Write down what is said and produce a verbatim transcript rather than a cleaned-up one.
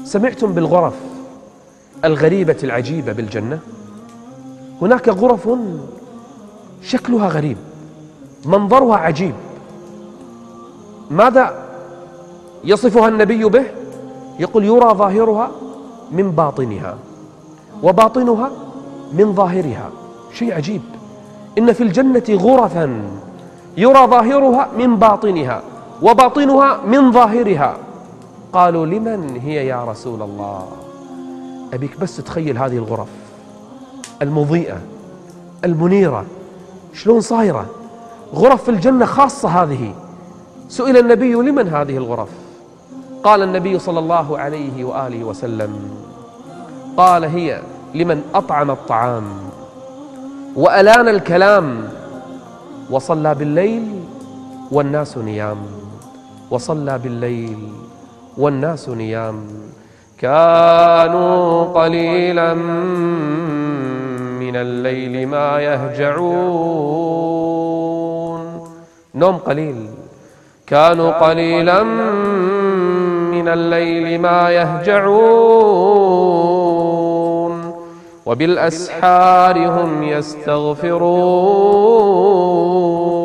سمعتم بالغرف الغريبة العجيبة بالجنة؟ هناك غرف شكلها غريب، منظرها عجيب. ماذا يصفها النبي به؟ يقول يرى ظاهرها من باطنها وباطنها من ظاهرها. شيء عجيب، إن في الجنة غرفا يرى ظاهرها من باطنها وباطنها من ظاهرها. قالوا لمن هي يا رسول الله؟ أبيك بس تتخيل هذه الغرف المضيئة المنيرة شلون صايرة، غرف في الجنة خاصة هذه. سئل النبي لمن هذه الغرف؟ قال النبي صلى الله عليه وآله وسلم، قال هي لمن أطعم الطعام وألان الكلام وصلى بالليل والناس نيام، وصلى بالليل والناس نيام. كانوا قليلا من الليل ما يهجعون. نوم قليل. كانوا قليلا من الليل ما يهجعون وبالأسحار هم يستغفرون.